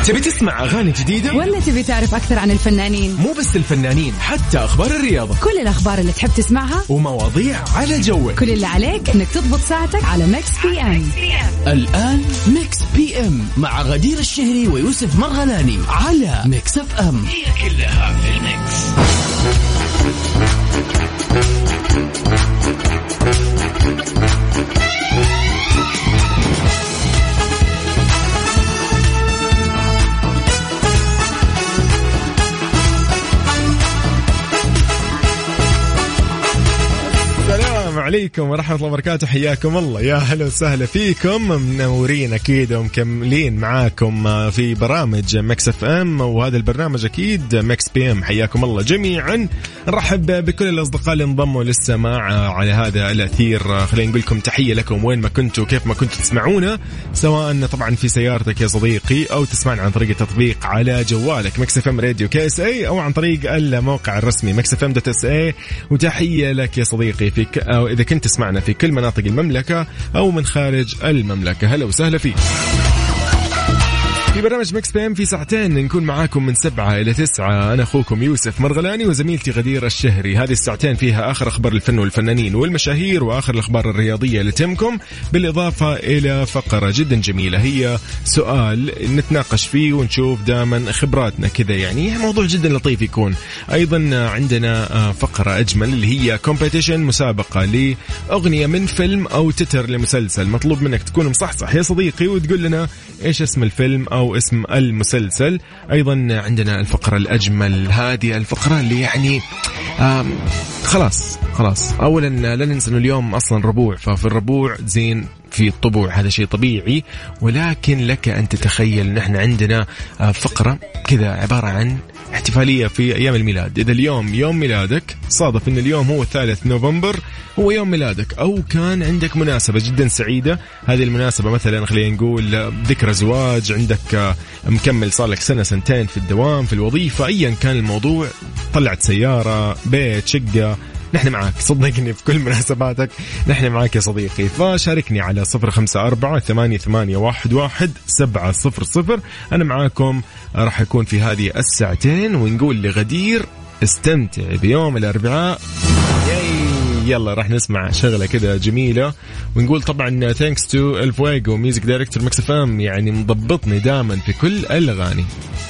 تبي تسمع أغاني جديدة ولا تبي تعرف أكثر عن الفنانين؟ مو بس الفنانين، حتى أخبار الرياضة، كل الأخبار اللي تحب تسمعها ومواضيع على جوك. كل اللي عليك إنك تضبط ساعتك على ميكس بي ام. الآن ميكس بي ام مع غدير الشهري ويوسف مرغلاني على ميكس اف ام. هي كلها في الميكس. عليكم ورحمة الله وبركاته، حياكم الله، يا هلا وسهلا فيكم، منورين أكيد ومكملين معاكم في برامج ميكس اف ام، وهذا البرنامج أكيد ميكس بي ام. حياكم الله جميعا، نرحب بكل الأصدقاء اللي انضموا للسماع على هذا الأثير. خلينا نقول لكم تحية لكم وين ما كنتوا كيف ما كنتوا تسمعونا، سواء طبعا في سيارتك يا صديقي أو تسمعنا عن طريق التطبيق على جوالك ميكس اف ام راديو KSA، أو عن طريق الموقع الرسمي mixfm.sa. وتحية لك يا صديقي أو إذا كنت تسمعنا في كل مناطق المملكة أو من خارج المملكة، هلا وسهلا فيك. في برنامج ميكس بي ام في ساعتين نكون معاكم من 7 إلى 9. أنا أخوكم يوسف مرغلاني وزميلتي غدير الشهري. هذه الساعتين فيها آخر أخبار الفن والفنانين والمشاهير وآخر الأخبار الرياضية اللي تهمكم، بالإضافة إلى فقرة جدا جميلة هي سؤال نتناقش فيه ونشوف دائما خبراتنا كذا، يعني موضوع جدا لطيف يكون. أيضا عندنا فقرة أجمل اللي هي كومبيتيشن، مسابقة لأغنية من فيلم أو تتر لمسلسل. مطلوب منك تكون مصحصح يا صديقي وتقول لنا إيش اسم الفيلم أو اسم المسلسل. أيضا عندنا الفقرة الأجمل، هذه الفقرة اللي يعني خلاص أولا لا ننسى أنه اليوم أصلا ربوع، ففي الربوع زين في الطبوع، هذا شيء طبيعي، ولكن لك أن تتخيل نحن عندنا فقرة كذا عبارة عن احتفالية في أيام الميلاد. إذا اليوم يوم ميلادك، صادف أن اليوم هو 3 نوفمبر هو يوم ميلادك، أو كان عندك مناسبة جدا سعيدة، هذه المناسبة مثلا خلينا نقول ذكرى زواج، عندك مكمل صار لك سنة سنتين في الدوام في الوظيفة، أيا كان الموضوع، طلعت سيارة بيت شقة، نحن معاك صدقني في كل مناسباتك، نحن معاك يا صديقي. فشاركني على 0548811700. أنا معاكم راح أكون في هذه الساعتين، ونقول لغدير استمتع بيوم الأربعاء. يلا راح نسمع شغلة كده جميلة، ونقول طبعا thanks to الفويجو ميوزك دايركتور ميكس اف ام، يعني مضبطني دائما في كل الأغاني.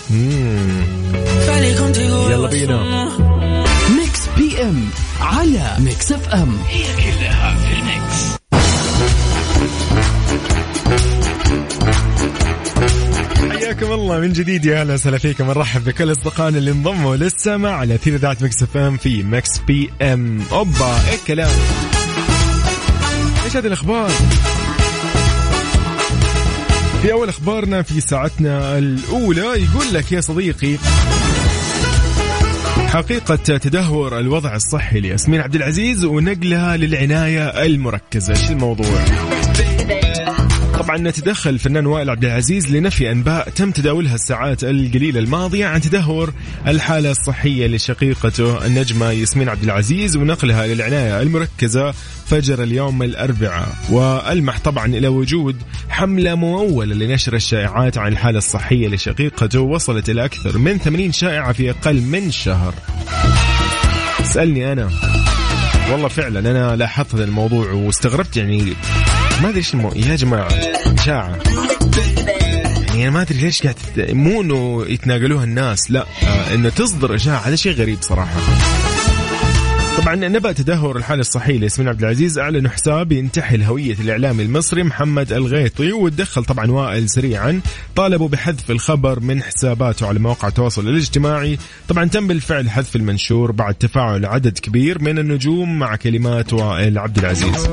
يلا بينا ميكس بي ام على ميكس اف ام، هي كلها في الميكس. حياكم الله من جديد، يا هلا وسهلا فيكم، نرحب بكل اصدقائنا اللي انضموا للسماع على اثير اذاعه ميكس اف ام في ميكس بي ام. اوبا ايه الكلام، ايش هذه الاخبار؟ في اول اخبارنا في ساعتنا الاولى يقول لك يا صديقي حقيقة تدهور الوضع الصحي لياسمين عبد العزيز ونقلها للعناية المركزة. ايش الموضوع؟ طبعا تدخل الفنان وائل عبد العزيز لنفي أنباء تم تداولها الساعات القليلة الماضية عن تدهور الحالة الصحية لشقيقته النجمة ياسمين عبد العزيز ونقلها للعناية المركزة فجر اليوم الأربعاء، وألمح طبعا إلى وجود حملة ممولة لنشر الشائعات عن الحالة الصحية لشقيقته وصلت إلى أكثر من 80 شائعة في أقل من شهر. اسألني أنا والله فعلا أنا لاحظت هذا الموضوع واستغربت، يعني ما أدري إيش يا جماعة إشاعة، يعني أنا ما أدري ليش قاعد مو إنه يتناقلوها الناس، لا إنه تصدر إشاعة، هذا شيء غريب صراحة. طبعا نبأ تدهور الحالة الصحية لياسمين عبد العزيز أعلن حساب ينتحل هوية الإعلامي المصري محمد الغيطي، وتدخل طبعا وائل سريعا، طالبوا بحذف الخبر من حساباته على مواقع التواصل الاجتماعي. طبعا تم بالفعل حذف المنشور بعد تفاعل عدد كبير من النجوم مع كلمات وائل عبد العزيز.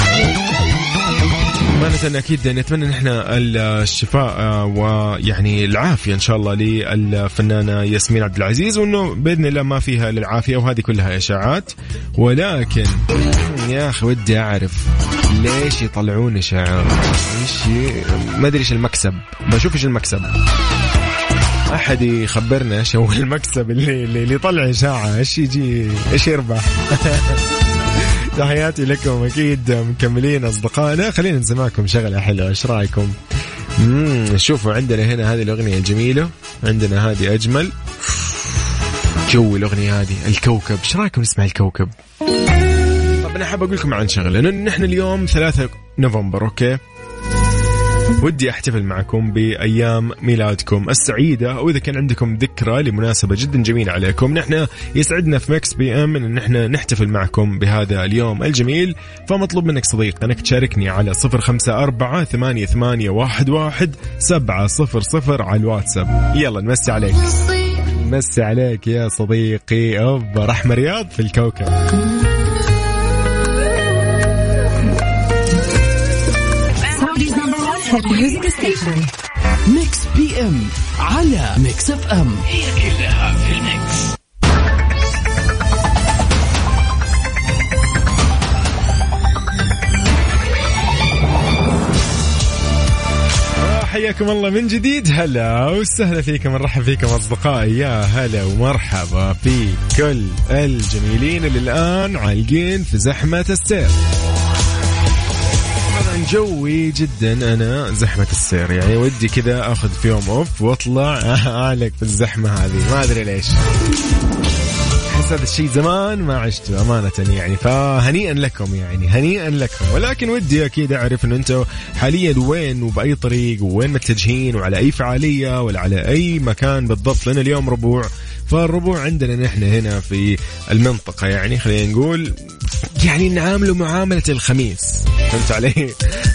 أمانة أكيد نتمنى نحن الشفاء ويعني العافية إن شاء الله للفنانة ياسمين عبد العزيز، وإنه بإذن الله ما فيها للعافية، وهذه كلها إشاعات. ولكن يا أخي ودي أعرف ليش يطلعون إشاعات، ما أدري إيش المكسب، بشوف إيش المكسب، أحد يخبرنا إيش هو المكسب اللي يطلع إشاعة، إيش يجي إيش يربح. تحياتي لكم أكيد مكملين أصدقائنا، خلينا نسمعكم شغلة حلوة، إيش رأيكم؟ شوفوا عندنا هنا هذه الأغنية الجميلة، عندنا هذه أجمل جوي الأغنية هذه الكوكب. ايش رايكم نسمع الكوكب؟ طب أنا حاب أقول لكم عن شغلة، لأن نحن اليوم 3 نوفمبر. أوكي، ودي أحتفل معكم بأيام ميلادكم السعيدة، أو إذا كان عندكم ذكرى لمناسبة جدا جميلة عليكم، نحن يسعدنا في مكس بي ام أن نحن نحتفل معكم بهذا اليوم الجميل. فمطلوب منك صديق أنك تشاركني على 0548811700 على الواتساب. يلا نمسي عليك، نمسي عليك يا صديقي. أوبا رحمة رياض في الكوكب. ميكس بي ام على ميكس اف ام، هي كلها في الميكس. حياكم الله من جديد، هلا وسهلا فيكم، نرحب فيكم أصدقائي، يا هلا ومرحبا في كل الجميلين اللي الآن عالقين في زحمة السير. جوي جدا أنا زحمة السير، يعني ودي كذا أخذ في يوم أوف وأطلع أعلق في الزحمة هذه، ما أدري ليش. أحس هذا الشيء زمان ما عشته أمانة يعني، فهنيئا لكم، يعني هنيئا لكم. ولكن ودي أكيد أعرف أنه أنتوا حاليا وين وبأي طريق وين متجهين وعلى أي فعالية ولا على أي مكان بالضبط، لأن اليوم ربوع. فالربوع عندنا نحن هنا في المنطقة، يعني خلينا نقول يعني نعامله معاملة الخميس، فهمت علي؟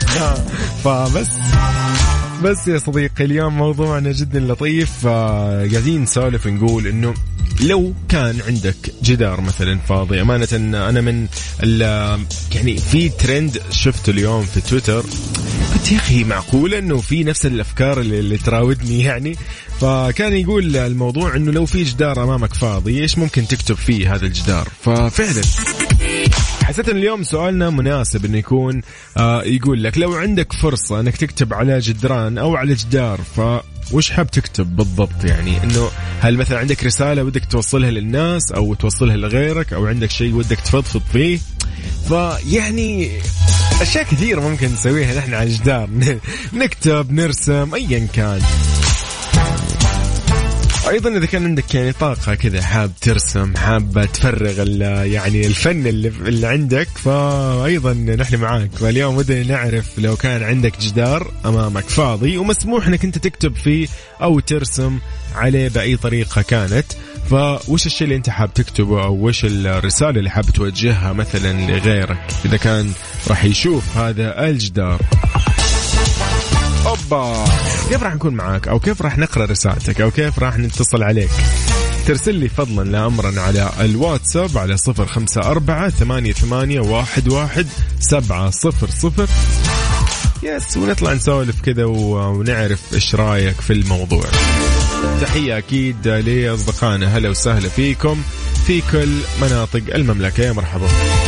بس يا صديقي اليوم موضوعنا جدا لطيف. قاعدين نسولف نقول انه لو كان عندك جدار مثلا فاضي، أمانة أنا من يعني في ترند شفته اليوم في تويتر، قلت يا أخي معقولة أنه في نفس الأفكار اللي تراودني يعني. فكان يقول الموضوع أنه لو في جدار أمامك فاضي إيش ممكن تكتب فيه هذا الجدار. ففعلا حسيت أن اليوم سؤالنا مناسب أنه يكون يقول لك لو عندك فرصة أنك تكتب على جدران أو على جدار، وش حاب تكتب بالضبط؟ يعني انه هل مثلا عندك رسالة ودك توصلها للناس او توصلها لغيرك، او عندك شيء ودك تفضفض فيه؟ فيعني اشياء كثير ممكن نسويها نحن على الجدار، نكتب، نرسم، ايا كان. ايضا اذا كان عندك يعني طاقة كذا، حاب ترسم، حاب تفرغ يعني الفن اللي عندك، فايضا نحن معاك. فاليوم ودنا نعرف لو كان عندك جدار امامك فاضي ومسموح انك انت تكتب فيه او ترسم عليه باي طريقة كانت، فوش الشيء اللي انت حاب تكتبه، او وش الرسالة اللي حاب توجهها مثلا لغيرك اذا كان راح يشوف هذا الجدار؟ أوبا، كيف راح نكون معاك، أو كيف راح نقرأ رسالتك، أو كيف راح نتصل عليك؟ ترسل لي فضلا لأمرا على الواتساب على 0548811700 يس، ونطلع نسولف كذا ونعرف إيش رأيك في الموضوع. تحية أكيد لأصدقائنا، هلا وسهلا فيكم في كل مناطق المملكة، يا مرحبا.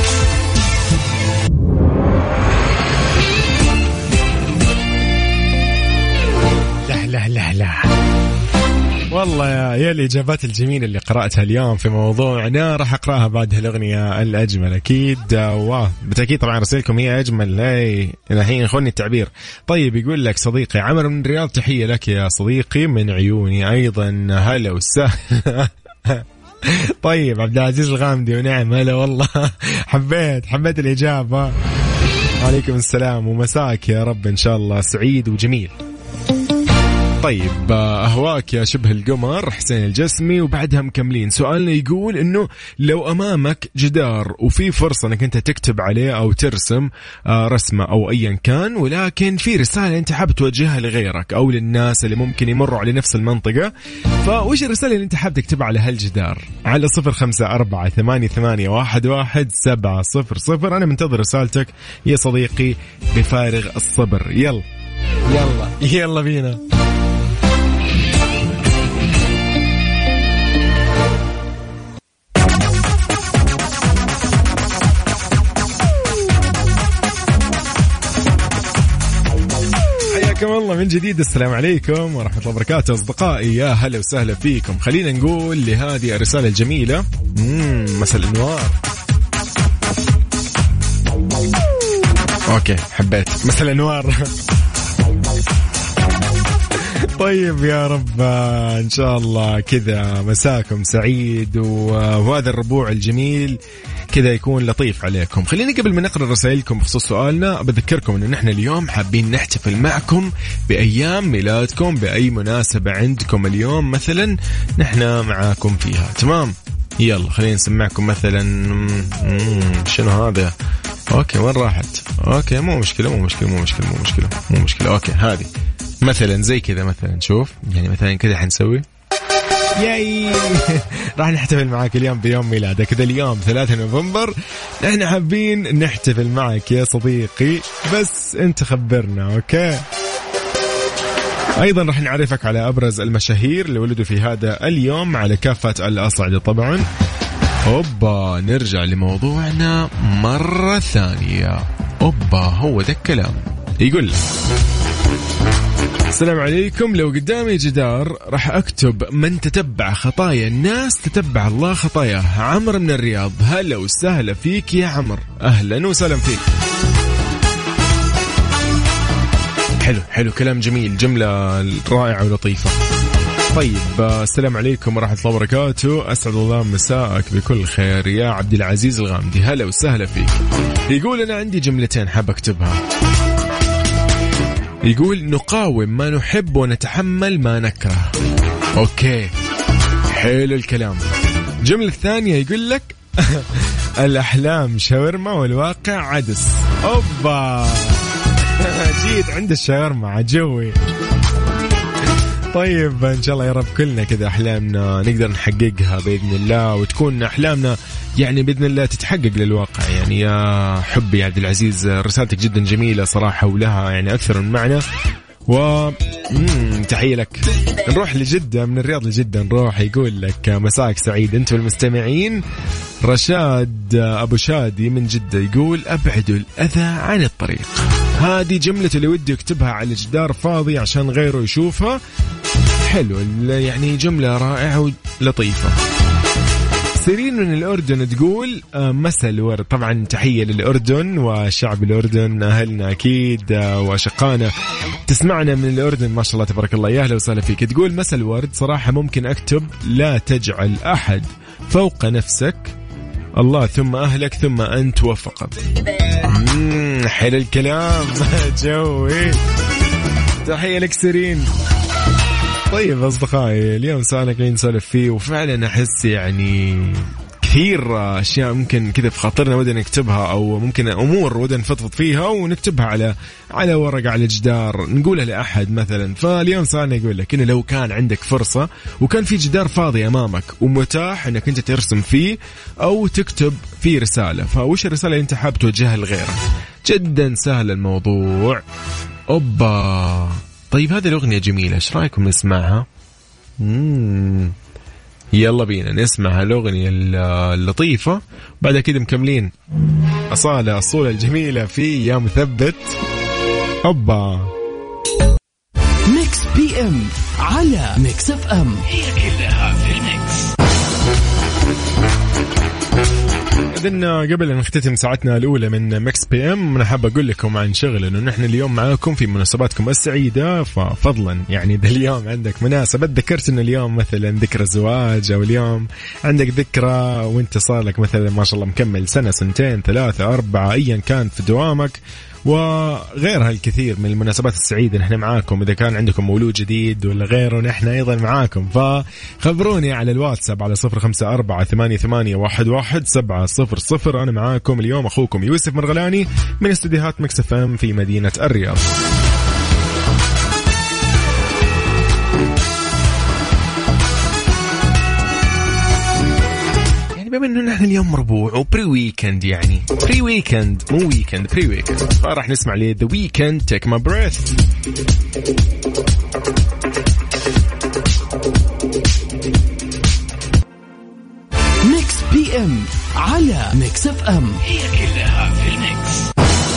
لا والله يا الإجابات الجميلة اللي قرأتها اليوم في موضوعنا راح أقرأها بعد هالأغنية الأجمل أكيد. بالتأكيد طبعا رسائلكم هي أجمل، الحين خوني التعبير. طيب يقول لك صديقي عمر من الرياض، تحية لك يا صديقي من عيوني أيضا، هلا وسهلا. طيب عبد العزيز الغامدي، ونعم هلا والله، حبيت الإجابة. عليكم السلام ومساك يا رب إن شاء الله سعيد وجميل. طيب أهواك يا شبه القمر حسين الجسمي، وبعدها مكملين. سؤالنا يقول إنه لو أمامك جدار وفي فرصة إنك أنت تكتب عليه أو ترسم رسمة أو أيا كان، ولكن في رسالة أنت حاب توجهها لغيرك أو للناس اللي ممكن يمروا على نفس المنطقة، فوش الرسالة اللي أنت حاب تكتبها على هالجدار؟ على 0548811700. أنا منتظر رسالتك يا صديقي بفارغ الصبر. يلا بينا. حياكم الله من جديد، السلام عليكم ورحمة الله وبركاته أصدقائي، يا هلا وسهلا فيكم. خلينا نقول لهذه الرسالة الجميلة مساء الأنوار. أوكي حبيت مساء الأنوار. طيب يا رب إن شاء الله كذا مساكم سعيد وهذا الربوع الجميل كذا يكون لطيف عليكم. خليني قبل ما نقرأ رسائلكم بخصوص سؤالنا بذكركم إن نحن اليوم حابين نحتفل معكم بأيام ميلادكم، بأي مناسبة عندكم اليوم مثلا نحن معاكم فيها. تمام؟ يلا خلينا نسمعكم مثلا شنو هذا. اوكي وين راحت؟ اوكي مو مشكلة. اوكي هذه مثلا زي كذا مثلا. شوف يعني مثلا كذا حنسوي ياي راح نحتفل معك اليوم بيوم ميلادك. كذا اليوم 3 نوفمبر نحن حابين نحتفل معك يا صديقي، بس انت خبرنا. اوكي أيضا راح نعرفك على أبرز المشاهير اللي ولدوا في هذا اليوم على كافة الأصعدة طبعا. أوبا نرجع لموضوعنا مرة ثانية. أوبا هو ده الكلام. يقول السلام عليكم، لو قدامي جدار راح أكتب من تتبع خطايا الناس تتبع الله خطاياه. عمر من الرياض. هلا وسهلا فيك يا عمر، أهلا وسهلا فيك. حلو كلام جميل، جملة رائعة ولطيفة. طيب السلام عليكم ورحمة الله وبركاته، أسعد الله مساءك بكل خير يا عبد العزيز الغامدي، هلا وسهلا فيك. يقول أنا عندي جملتين حاب أكتبها. يقول نقاوم ما نحب ونتحمل ما نكره. أوكي حلو الكلام. الجملة الثانية يقول لك الأحلام شاورما والواقع عدس. أوبا جيت عند الشاورما عجوي. طيب إن شاء الله يا رب كلنا كذا أحلامنا نقدر نحققها بإذن الله، وتكون أحلامنا يعني بإذن الله تتحقق للواقع. يعني يا حبي يا عبد العزيز رسالتك جدا جميلة صراحة، ولها يعني أكثر من معنى. تحية لك. نروح لجدة، من الرياض لجدة نروح. يقول لك مساك سعيد أنتم المستمعين. رشاد أبو شادي من جدة يقول أبعدوا الأذى عن الطريق. هذه جملته اللي ودي يكتبها على جدار فاضي عشان غيره يشوفها. حلو يعني جملة رائعة ولطيفة. سيرين من الأردن تقول مساء الورد. طبعا تحية للأردن وشعب الأردن، أهلنا أكيد وأشقانا تسمعنا من الأردن ما شاء الله تبارك الله، يا أهلا وسهلا فيك. تقول مساء الورد. صراحة ممكن أكتب لا تجعل أحد فوق نفسك، الله ثم أهلك ثم أنت وفقط. حلو الكلام جوي. تحية لك سيرين. طيب أصدقائي اليوم سؤالك اللي نسولف فيه، وفعلا أحس يعني كثير أشياء ممكن كذا في خاطرنا ودنا نكتبها، أو ممكن أمور ودنا نفضفض فيها ونكتبها على ورقة على جدار نقولها لأحد مثلا. فاليوم سؤالنا يقول لك إنه لو كان عندك فرصة وكان في جدار فاضي أمامك ومتاح إنك أنت ترسم فيه أو تكتب فيه رسالة، فوش الرسالة اللي أنت حاب توجهها لغيرك؟ جدا سهل الموضوع. أوبا طيب هذه الأغنية جميلة، إيش رأيكم نسمعها؟ يلا بينا نسمع الأغنية اللطيفة، بعد كده مكملين أصالة الصولة الجميلة في يا مثبت. أوبا ميكس بي ام على ميكس اف ام، هي كلها في الميكس. إذن قبل أن نختتم ساعتنا الأولى من ميكس بي ام أنا حاب أقول لكم عن شغل، إنه نحن اليوم معاكم في مناسباتكم السعيدة، ففضلا يعني إذا اليوم عندك مناسبة ذكرت إن اليوم مثلا ذكرى زواج، أو اليوم عندك ذكرى وأنت صار لك مثلا ما شاء الله مكمل سنة سنتين 3 4 أيا كان في دوامك، وغيرها الكثير من المناسبات السعيدة نحن معاكم. إذا كان عندكم مولود جديد ولا غيره نحن أيضا معاكم، فخبروني على الواتساب على 0548811700. أنا معاكم اليوم أخوكم يوسف مرغلاني من استديوهات ميكس اف ام في مدينة الرياض. بما انه نحن اليوم ربوع وبري ويكند، يعني بري ويكند مو ويكند، بري ويكند، فراح نسمع لي ذا ويكند تيك ماي بريث. ميكس بي ام على ميكس اف ام، هي كلها في الميكس.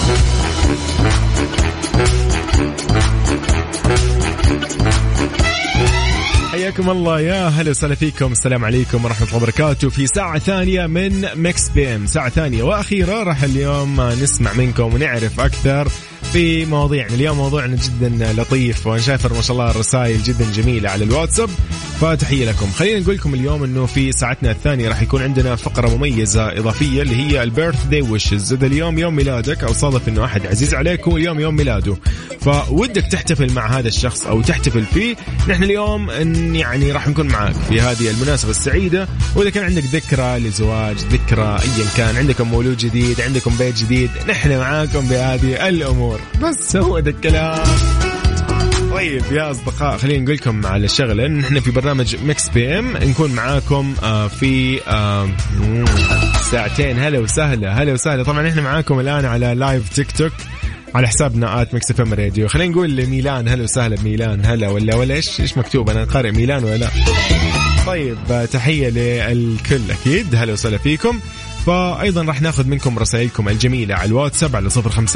حياكم الله، يا هلا وسهلا فيكم، السلام عليكم ورحمة الله وبركاته في ساعة ثانية من ميكس بي ام، ساعة ثانية وأخيرة راح اليوم نسمع منكم ونعرف أكثر في مواضيعنا اليوم. موضوعنا جدا لطيف وأنا شايف ما شاء الله الرسائل جدا جميلة على الواتساب، فتحية لكم. خلينا نقول لكم اليوم أنه في ساعتنا الثانية راح يكون عندنا فقرة مميزة إضافية اللي هي البيرث داي ويشز. إذا اليوم يوم ميلادك أو صادف أنه أحد عزيز عليك واليوم يوم ميلاده فودك تحتفل مع هذا الشخص أو تحتفل فيه، نحن اليوم يعني راح نكون معاك في هذه المناسبة السعيدة. وإذا كان عندك ذكرى لزواج، ذكرى أيا كان، عندكم مولود جديد، عندكم بيت جديد، نحن معاكم بهذه الأمور. بس هو ده الكلام. طيب يا أصدقاء خلينا نقول لكم على الشغلة، نحن في برنامج ميكس بي ام نكون معاكم في ساعتين. هلا وسهلا هلا وسهلا. طبعا نحن معاكم الآن على لايف تيك توك على حسابنا @ميكس اف ام راديو. خلينا نقول لميلان هلا وسهلا بميلان. هلا ولا ايش مكتوب؟ انا قارئ ميلان ولا لا؟ طيب تحية للكل أكيد، هلا وسهلا فيكم. فأيضا راح ناخذ منكم رسائلكم الجميلة على الواتساب على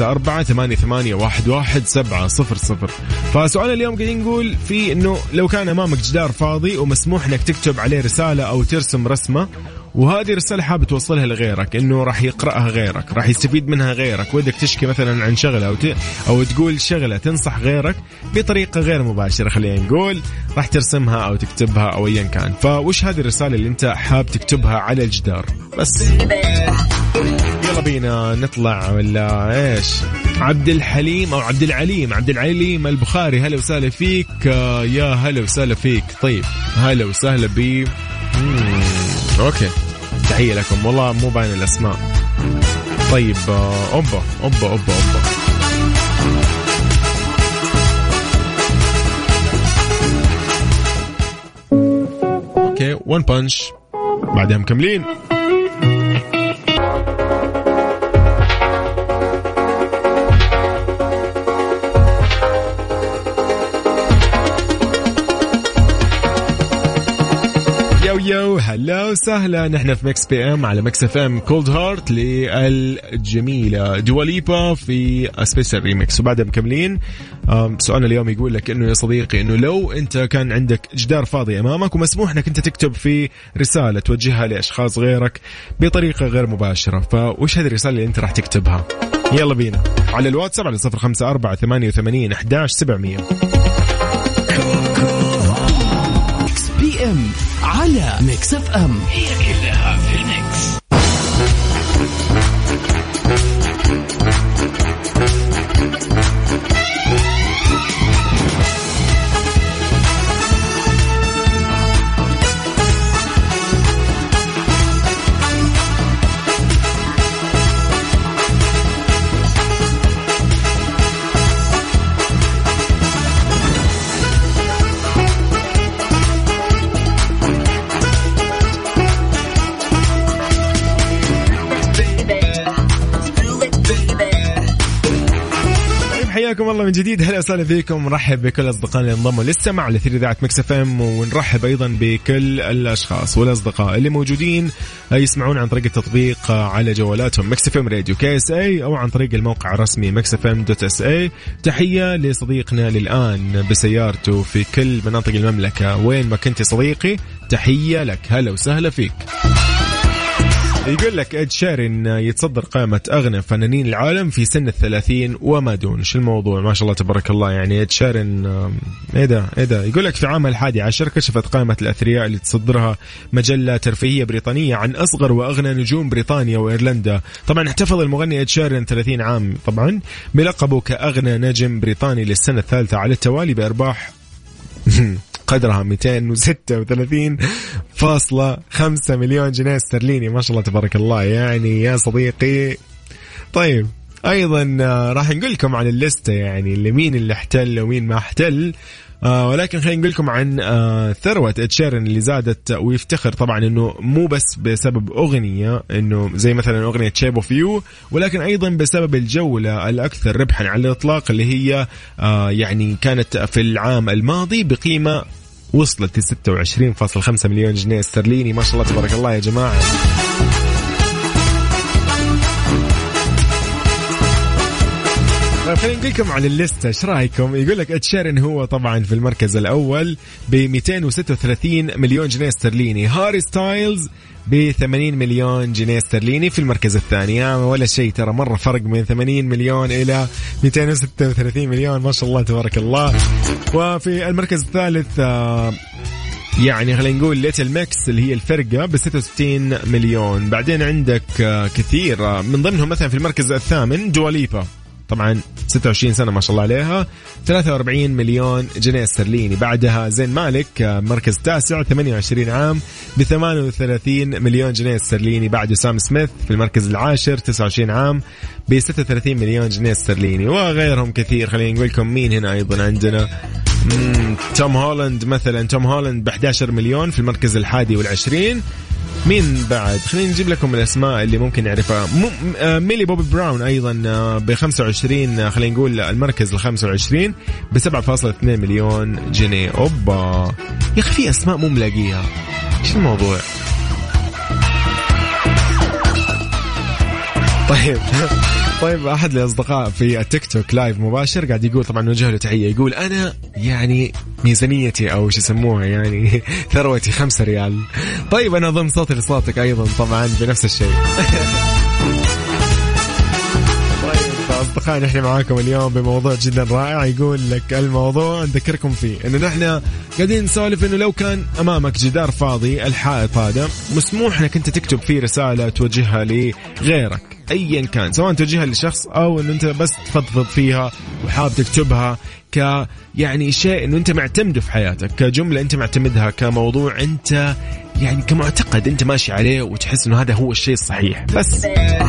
0548811700. فسؤال اليوم قاعدين نقول فيه إنه لو كان أمامك جدار فاضي ومسموح إنك تكتب عليه رسالة أو ترسم رسمة، وهذه الرسالة حابب توصلها لغيرك، إنه راح يقرأها غيرك، راح يستفيد منها غيرك، ودك تشكي مثلا عن شغلة أو تقول شغلة تنصح غيرك بطريقة غير مباشرة، خلينا نقول راح ترسمها أو تكتبها أو أيا كان. فوش هذه الرسالة اللي أنت حاب تكتبها على الجدار؟ بس يلا بينا نطلع ولا إيش؟ عبد الحليم أو عبد العليم البخاري، هلا وسهلا فيك. يا هلا وسهلا فيك. طيب هلا وسهلا بي. اوكي تحية لكم. والله مو باين الاسماء. طيب اوبا اوكي وان بانش بعدها مكملين. يو هلا وسهلا. نحن في ميكس بي ام على ميكس اف ام. كولد هارت للجميلة دواليبا في سبيشال ريميكس. وبعدها مكملين. سؤالنا اليوم يقول لك انه يا صديقي انه لو انت كان عندك جدار فاضي امامك ومسموح انك انت تكتب في رسالة توجهها لاشخاص غيرك بطريقة غير مباشرة، فوش هذه الرسالة اللي انت راح تكتبها؟ يلا بينا على الواتساب على 0548811700. بي ام على ميكس اف ام، هي كلها في الميكس. حياكم الله من جديد. هلا وسهلا فيكم. نرحب بكل أصدقائنا اللي انضموا للسمع على أثير إذاعة ميكس اف ام، ونرحب أيضا بكل الأشخاص والأصدقاء اللي موجودين يسمعون عن طريق التطبيق على جوالاتهم ميكس اف ام راديو KSA أو عن طريق الموقع الرسمي mixfm.sa. تحية لصديقنا للآن بسيارته في كل مناطق المملكة، وين ما كنت صديقي تحية لك، هلا وسهلا فيك. يقول لك إد شيرين يتصدر قائمة أغنى فنانين العالم في سن 30 وما دون. شو الموضوع؟ ما شاء الله تبارك الله. يعني إد شيرين إيه ده يقول لك في عام 11 كشفت قائمة الأثرياء اللي تصدرها مجلة ترفيهية بريطانية عن أصغر وأغنى نجوم بريطانيا وإيرلندا. طبعا احتفظ المغني إد شيرين 30 عام طبعا بلقبه كأغنى نجم بريطاني للسنة الثالثة على التوالي بأرباح قدرها 236.5 مليون جنيه استرليني. ما شاء الله تبارك الله يعني يا صديقي. طيب أيضا راح نقول لكم عن الليستة، يعني لمين اللي احتل ومين ما احتل. ولكن خلينا نقول لكم عن ثروة إد شيرين اللي زادت، ويفتخر طبعا انه مو بس بسبب اغنية انه زي مثلا اغنية شيب اوف يو، ولكن ايضا بسبب الجولة الاكثر ربحا على الاطلاق اللي هي يعني كانت في العام الماضي بقيمة وصلت ل 26.5 مليون جنيه استرليني. ما شاء الله تبارك الله يا جماعة. طيب خلينا نقول لكم على الليستة ايش رايكم. يقول لك إد شيران هو طبعا في المركز الأول ب 236 مليون جنيه استرليني. هاري ستايلز ب 80 مليون جنيه استرليني في المركز الثاني. ولا شيء ترى، مرة فرق من 80 مليون إلى 236 مليون، ما شاء الله تبارك الله. وفي المركز الثالث يعني خلينا نقول ليتل ميكس اللي هي الفرقة ب 66 مليون. بعدين عندك كثير من ضمنهم مثلا في المركز الثامن دواليبا، طبعا 26 سنة ما شاء الله عليها، 43 مليون جنيه استرليني. بعدها زين مالك مركز تاسع 28 عام ب 38 مليون جنيه استرليني. بعده سام سميث في المركز العاشر 29 عام ب 36 مليون جنيه استرليني، وغيرهم كثير. خلينا نقول لكم مين هنا أيضا عندنا. توم هولاند مثلا، توم هولاند ب 11 مليون في المركز الحادي والعشرين. مين بعد؟ خلينا نجيب لكم الأسماء اللي ممكن نعرفها. ميلي بوبي براون أيضا ب 25، خلينا نقول المركز ال 25 ب 7.2 مليون جنيه. أوبا يا أخي في أسماء مو ملاقيها، إيش الموضوع؟ طيب أحد الأصدقاء في التيك توك لايف مباشر قاعد يقول، طبعا نوجه له تحية، يقول أنا يعني ميزانيتي أو شو يسموها يعني ثروتي 5 ريال. طيب أنا ضم صوتي لصوتك أيضا طبعا بنفس الشيء. أصدقائي نحن معاكم اليوم بموضوع جدا رائع. يقول لك الموضوع نذكركم فيه إنه نحن قاعدين نسولف إنه لو كان أمامك جدار فاضي، الحائط هذا مسموح إنك أنت تكتب فيه رسالة توجهها لغيرك أيا كان، سواء توجهها لشخص أو إنه أنت بس تفضفض فيها وحاب تكتبها يعني شيء إنه أنت معتمده في حياتك، كجملة أنت معتمدها، كموضوع أنت يعني كمعتقد أنت ماشي عليه وتحس إنه هذا هو الشيء الصحيح. بس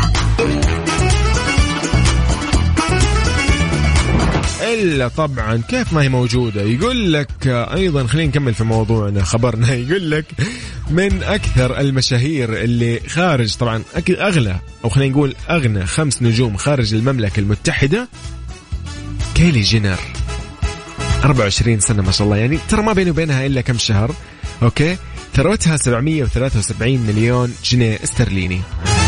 إلا طبعا كيف ما هي موجودة. يقول لك أيضا خلينا نكمل في موضوعنا خبرنا. يقول لك من أكثر المشاهير اللي خارج، طبعا أغلى أو خلينا نقول أغنى 5 نجوم خارج المملكة المتحدة، كيلي جينر 24 سنة ما شاء الله، يعني ترى ما بيني وبينها إلا كم شهر. أوكي، ثروتها 773 مليون جنيه استرليني.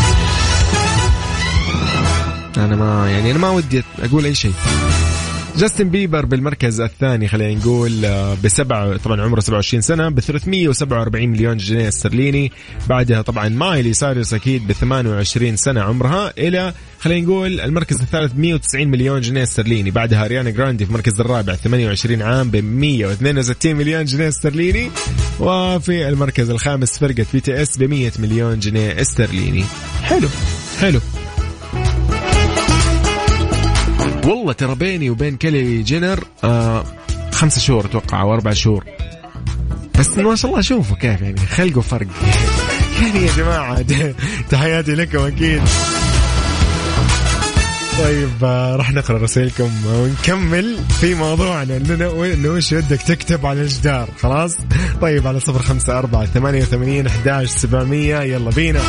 أنا ما ودي أقول أي شيء. جاستن بيبر بالمركز الثاني خلينا نقول ب7، طبعا عمره 27 سنة ب 347 مليون جنيه استرليني. بعدها طبعا مايلي سايرس أكيد ب 28 سنة عمرها، إلى خلينا نقول المركز الثالث 190 مليون جنيه استرليني. بعدها أريانا جراندي في المركز الرابع 28 عام ب 162 مليون جنيه استرليني. وفي المركز الخامس فرقة BTS ب 100 مليون جنيه استرليني. حلو حلو والله. ترى بيني وبين كيلي جينر 5 شهور أتوقع أو 4 شهور، بس ما شاء الله شوفوا كيف يعني خلقوا فرق. يعني يا جماعة تحياتي لكم أكيد. طيب راح نقرأ رسائلكم ونكمل في موضوعنا إنه وش ودك تكتب على الجدار. خلاص طيب على 0548811700 يلا بينا.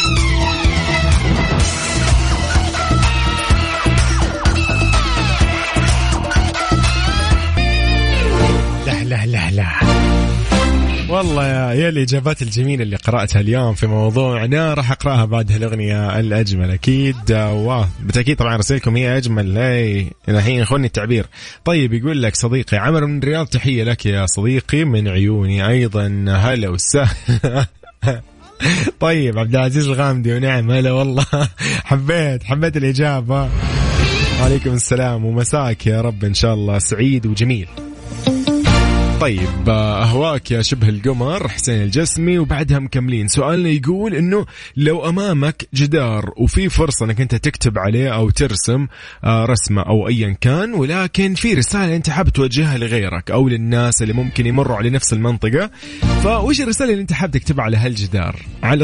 لا والله يا الإجابات الجميلة اللي قرأتها اليوم في موضوعنا راح أقرأها بعد هالأغنية الأجمل أكيد. بالتأكيد طبعا رسائلكم هي أجمل. الحين خوني التعبير. طيب يقول لك صديقي عمر من الرياض، تحية لك يا صديقي من عيوني أيضا. هلا وسهلا. طيب عبد العزيز الغامدي، ونعم هلا والله. حبيت الإجابة. وعليكم السلام ومساك يا رب إن شاء الله سعيد وجميل. طيب أهواك يا شبه القمر حسين الجسمي. وبعدها مكملين سؤالنا يقول إنه لو أمامك جدار وفي فرصة أنك أنت تكتب عليه أو ترسم رسمة أو أيا كان، ولكن في رسالة أنت حاب توجهها لغيرك أو للناس اللي ممكن يمروا على نفس المنطقة، فوش الرسالة اللي أنت حاب تكتبها على هالجدار؟ على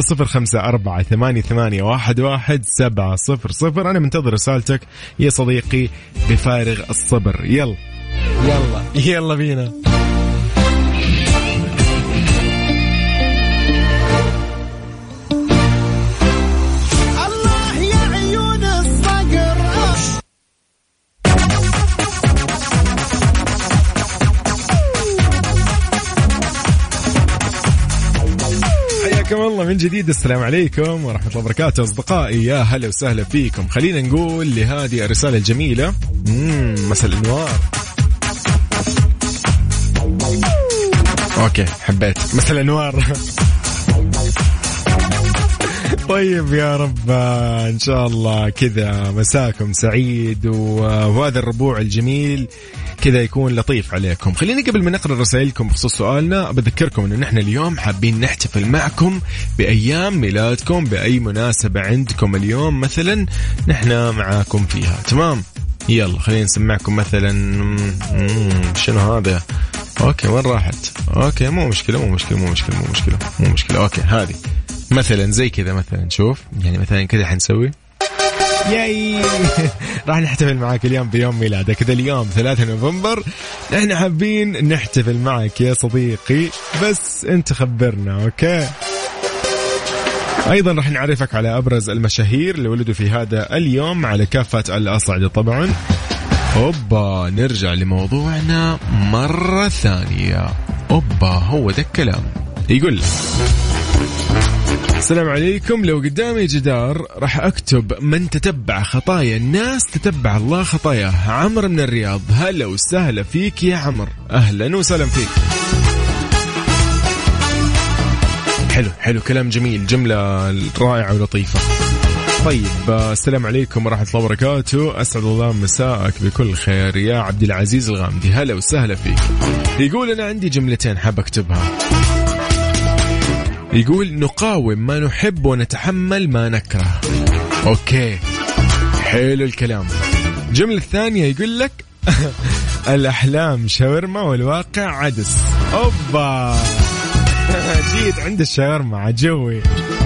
0548811700. أنا منتظر رسالتك يا صديقي بفارغ الصبر. يلا بينا. حياكم الله من جديد. السلام عليكم ورحمة الله وبركاته أصدقائي، يا هلا وسهلا فيكم. خلينا نقول لهذه الرسالة الجميلة مساء الأنوار. أوكي حبيت مساء الأنوار. طيب يا رب إن شاء الله كذا مساكم سعيد وهذا الربوع الجميل كذا يكون لطيف عليكم. خليني قبل ما نقرأ رسائلكم بخصوص سؤالنا بذكركم إنه نحن اليوم حابين نحتفل معكم بأيام ميلادكم، بأي مناسبة عندكم اليوم مثلا نحن معاكم فيها. تمام، يلا خلينا نسمعكم مثلا شنو هذا. أوكي وين راحت؟ أوكي مو مشكلة. أوكي هذه مثلا زي كذا مثلا، شوف يعني مثلا كذا حنسوي ياي راح نحتفل معك اليوم بيوم ميلادك. كذا اليوم 3 نوفمبر احنا حابين نحتفل معك يا صديقي، بس انت خبرنا. اوكي ايضا راح نعرفك على ابرز المشاهير اللي ولدوا في هذا اليوم على كافة الاصعدة طبعا. اوبا نرجع لموضوعنا مرة ثانية. اوبا هو ده الكلام. يقول السلام عليكم، لو قدامي جدار راح أكتب من تتبع خطايا الناس تتبع الله خطاياه. عمر من الرياض، هلا وسهلا فيك يا عمر، أهلا وسهلا فيك. حلو كلام جميل، جملة رائعة ولطيفة. طيب السلام عليكم ورحمة الله وبركاته، أسعد الله مساءك بكل خير يا عبد العزيز الغامدي، هلا وسهلا فيك. يقول أنا عندي جملتين حاب أكتبها. يقول نقاوم ما نحب ونتحمل ما نكره. أوكي حلو الكلام. الجملة الثانية يقول لك الأحلام شاورما والواقع عدس. أوبا جيت عند الشاورما عجوي.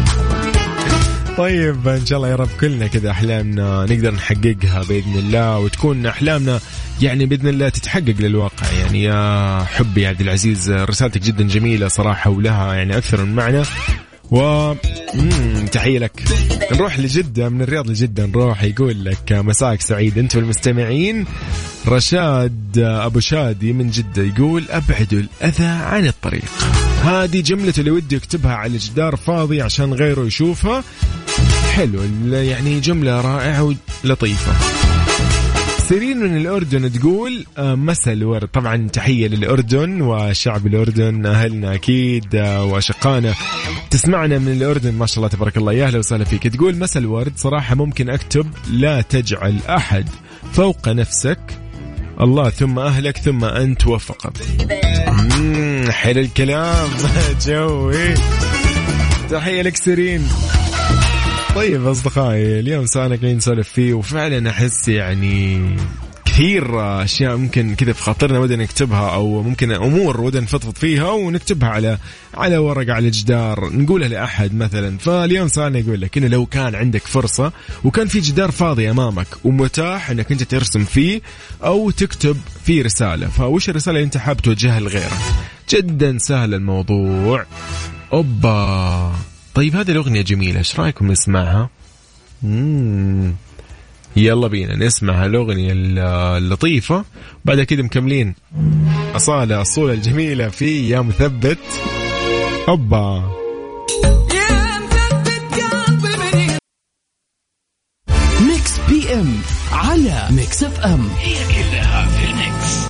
طيب إن شاء الله يا رب كلنا كذا أحلامنا نقدر نحققها بإذن الله، وتكون أحلامنا يعني بإذن الله تتحقق للواقع. يعني يا حبي يا عبد العزيز رسالتك جدا جميلة صراحة، ولها يعني أكثر من معنى، و تحية لك. نروح لجدة، من الرياض لجدة نروح. يقول لك مساك سعيد أنت والمستمعين. رشاد أبو شادي من جدة يقول أبعدوا الأذى عن الطريق. هذه جملته اللي ودي أكتبها على جدار فاضي عشان غيره يشوفها. حلو يعني جملة رائعة ولطيفة. سيرين من الأردن تقول مساء الورد. طبعا تحية للأردن وشعب الأردن، أهلنا أكيد وأشقانا تسمعنا من الأردن ما شاء الله تبارك الله، يا أهلا وسهلا فيك. تقول مساء الورد، صراحة ممكن أكتب لا تجعل أحد فوق نفسك، الله ثم أهلك ثم أنت وفقط. حلو الكلام جوي، تحية لك سيرين. طيب أصدقائي اليوم سؤالنا قاعدين نسولف فيه، وفعلا أحس يعني كثير أشياء ممكن كذا في خاطرنا ودنا نكتبها، أو ممكن أمور ودنا نفضفض فيها ونكتبها على ورقة على جدار نقولها لأحد مثلا. فاليوم سؤالنا يقول لك إنه لو كان عندك فرصة وكان في جدار فاضي أمامك ومتاح إنك أنت ترسم فيه أو تكتب فيه رسالة، فوش الرسالة اللي أنت حاب توجهها لغيرك؟ جدا سهل الموضوع. أوبا طيب هذه الأغنية جميلة، إيش رأيكم نسمعها؟ يلا بينا نسمع الأغنية اللطيفة، بعد كده مكملين أصالة الصولة الجميلة في يا مثبت. أوبا ميكس بي ام على ميكس اف ام، هي كلها في الميكس.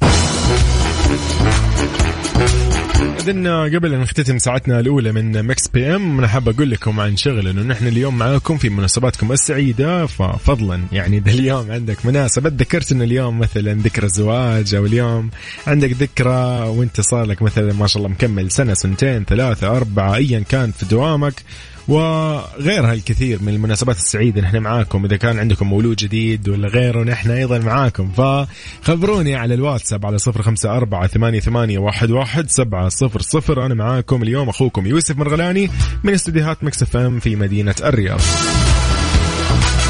إذن قبل أن نختتم ساعتنا الأولى من ميكس بي ام أنا حاب أقول لكم عن شغل، إنه نحن اليوم معاكم في مناسباتكم السعيدة، ففضلا يعني إذا اليوم عندك مناسبة ذكرت إن اليوم مثلا ذكرى زواج، أو اليوم عندك ذكرى وأنت صار لك مثلا ما شاء الله مكمل سنة سنتين 3 4 أيا كان في دوامك، وغيرها الكثير من المناسبات السعيدة نحن معاكم. إذا كان عندكم مولود جديد ولا غيره نحن أيضا معاكم، فخبروني على الواتساب على 0548811700. أنا معاكم اليوم أخوكم يوسف مرغلاني من استديوهات ميكس اف ام في مدينة الرياض.